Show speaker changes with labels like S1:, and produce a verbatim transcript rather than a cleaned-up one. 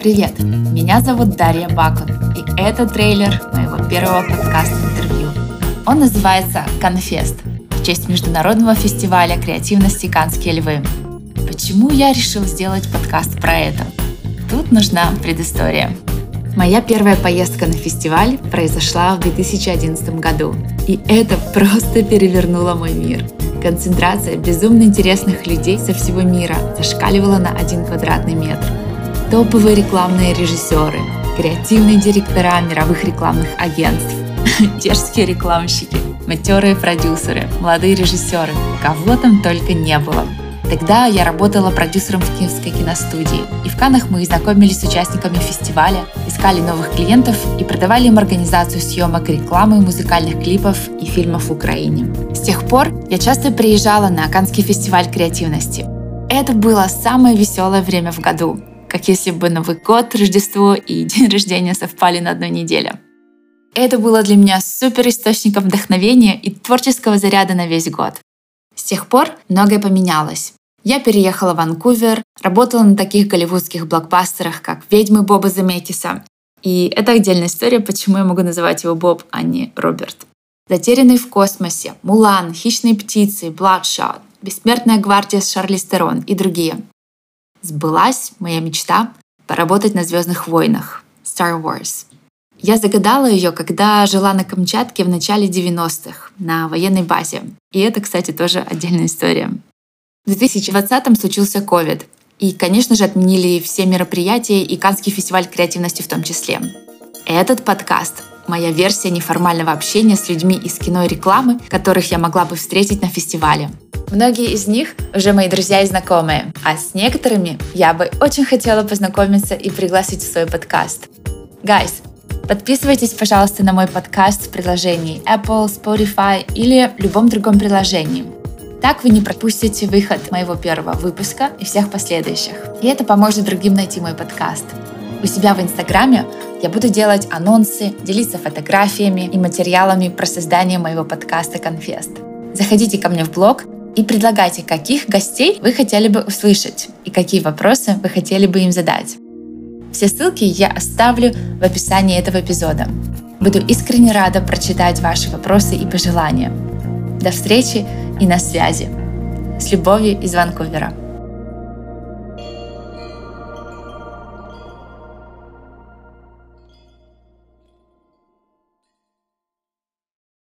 S1: Привет, меня зовут Дарья Бакун, и это трейлер моего первого подкаста-интервью. Он называется «Канфест» в честь международного фестиваля креативности «Канские львы». Почему я решил сделать подкаст про это? Тут нужна предыстория. Моя первая поездка на фестиваль произошла в две тысячи одиннадцатом году, и это просто перевернуло мой мир. Концентрация безумно интересных людей со всего мира зашкаливала на один квадратный метр. Топовые рекламные режиссеры, креативные директора мировых рекламных агентств, дерзкие рекламщики, матерые продюсеры, молодые режиссеры. Кого там только не было. Тогда я работала продюсером в Киевской киностудии, и в Каннах мы знакомились с участниками фестиваля, искали новых клиентов и продавали им организацию съемок рекламы, музыкальных клипов и фильмов в Украине. С тех пор я часто приезжала на Каннский фестиваль креативности. Это было самое веселое время в году, как если бы Новый год, Рождество и день рождения совпали на одной неделе. Это было для меня супер источником вдохновения и творческого заряда на весь год. С тех пор многое поменялось. Я переехала в Ванкувер, работала на таких голливудских блокбастерах, как «Ведьмы» Боба Земекиса. И это отдельная история, почему я могу называть его Боб, а не Роберт. «Затерянный в космосе», «Мулан», «Хищные птицы», «Бладшот», «Бессмертная гвардия» с Шарлиз Терон и другие. Сбылась моя мечта поработать на «Звездных войнах» Star Wars. Я загадала ее, когда жила на Камчатке в начале девяностых на военной базе. И это, кстати, тоже отдельная история. В две тысячи двадцатом случился ковид. И, конечно же, отменили все мероприятия и Каннский фестиваль креативности в том числе. Этот подкаст — моя версия неформального общения с людьми из кино и рекламы, которых я могла бы встретить на фестивале. Многие из них уже мои друзья и знакомые, а с некоторыми я бы очень хотела познакомиться и пригласить в свой подкаст. Guys, подписывайтесь, пожалуйста, на мой подкаст в приложении Apple, Spotify или в любом другом приложении. Так вы не пропустите выход моего первого выпуска и всех последующих. И это поможет другим найти мой подкаст. У себя в Инстаграме я буду делать анонсы, делиться фотографиями и материалами про создание моего подкаста «Канфест». Заходите ко мне в блог и предлагайте, каких гостей вы хотели бы услышать и какие вопросы вы хотели бы им задать. Все ссылки я оставлю в описании этого эпизода. Буду искренне рада прочитать ваши вопросы и пожелания. До встречи и на связи. С любовью из Ванкувера.